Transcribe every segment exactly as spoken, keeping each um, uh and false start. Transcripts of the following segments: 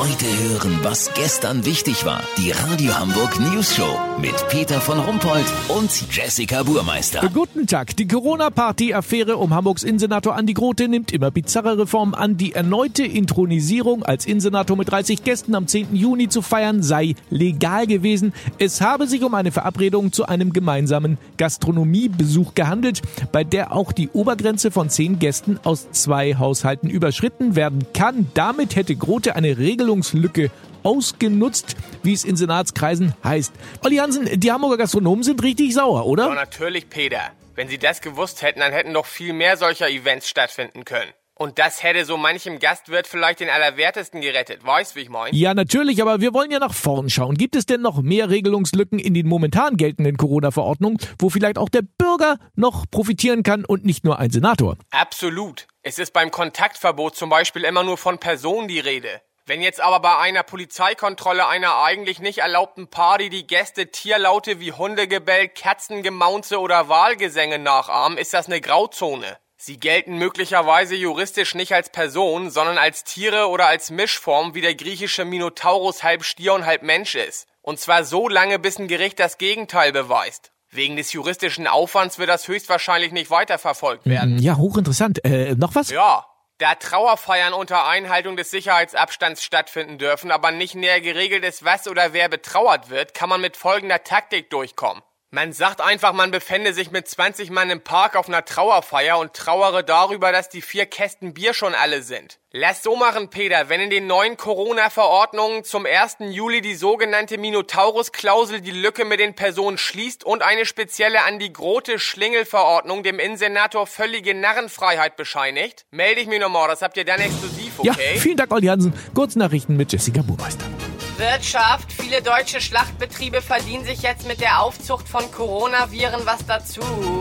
Heute hören, was gestern wichtig war. Die Radio Hamburg News Show mit Peter von Rumpold und Jessica Burmeister. Guten Tag. Die Corona-Party-Affäre um Hamburgs Innensenator Andi Grote nimmt immer bizarrere Formen an. Die erneute Inthronisierung als Innensenator mit dreißig Gästen am zehnten Juni zu feiern sei legal gewesen. Es habe sich um eine Verabredung zu einem gemeinsamen Gastronomiebesuch gehandelt, bei der auch die Obergrenze von zehn Gästen aus zwei Haushalten überschritten werden kann. Damit hätte Grote eine Regelungslücke ausgenutzt, wie es in Senatskreisen heißt. Olli Hansen, die Hamburger Gastronomen sind richtig sauer, oder? Ja, natürlich, Peter. Wenn sie das gewusst hätten, dann hätten doch viel mehr solcher Events stattfinden können. Und das hätte so manchem Gastwirt vielleicht den Allerwertesten gerettet. Weißt, wie ich meine? Ja, natürlich, aber wir wollen ja nach vorn schauen. Gibt es denn noch mehr Regelungslücken in den momentan geltenden Corona-Verordnungen, wo vielleicht auch der Bürger noch profitieren kann und nicht nur ein Senator? Absolut. Es ist beim Kontaktverbot zum Beispiel immer nur von Personen die Rede. Wenn jetzt aber bei einer Polizeikontrolle einer eigentlich nicht erlaubten Party die Gäste Tierlaute wie Hundegebell, Katzengemaunze oder Wahlgesänge nachahmen, ist das eine Grauzone. Sie gelten möglicherweise juristisch nicht als Person, sondern als Tiere oder als Mischform, wie der griechische Minotaurus halb Stier und halb Mensch ist. Und zwar so lange, bis ein Gericht das Gegenteil beweist. Wegen des juristischen Aufwands wird das höchstwahrscheinlich nicht weiterverfolgt werden. Ja, hochinteressant. Äh, noch was? Ja. Da Trauerfeiern unter Einhaltung des Sicherheitsabstands stattfinden dürfen, aber nicht näher geregelt ist, was oder wer betrauert wird, kann man mit folgender Taktik durchkommen. Man sagt einfach, man befände sich mit zwanzig Mann im Park auf einer Trauerfeier und trauere darüber, dass die vier Kästen Bier schon alle sind. Lass so machen, Peter, wenn in den neuen Corona-Verordnungen zum ersten Juli die sogenannte Minotaurus-Klausel die Lücke mit den Personen schließt und eine spezielle Andi Grote-Schlingel-Verordnung dem Innensenator völlige Narrenfreiheit bescheinigt, melde ich mich nochmal, das habt ihr dann exklusiv, okay? Ja, vielen Dank, Olli Hansen. Kurznachrichten mit Jessica Burmeister. Wirtschaft. Viele deutsche Schlachtbetriebe verdienen sich jetzt mit der Aufzucht von Coronaviren was dazu.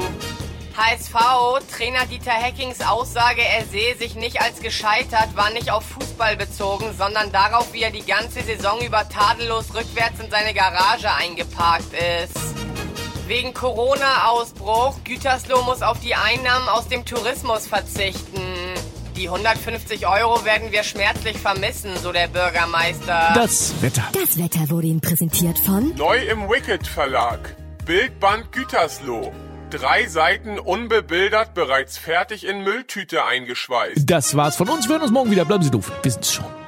H S V, Trainer Dieter Heckings Aussage, er sehe sich nicht als gescheitert, war nicht auf Fußball bezogen, sondern darauf, wie er die ganze Saison über tadellos rückwärts in seine Garage eingeparkt ist. Wegen Corona-Ausbruch, Gütersloh muss auf die Einnahmen aus dem Tourismus verzichten. Die hundertfünfzig Euro werden wir schmerzlich vermissen, so der Bürgermeister. Das Wetter. Das Wetter wurde Ihnen präsentiert von Neu im Wicked Verlag. Bildband Gütersloh. Drei Seiten unbebildert, bereits fertig in Mülltüte eingeschweißt. Das war's von uns. Wir hören uns morgen wieder. Bleiben Sie doof. Wir sind's schon.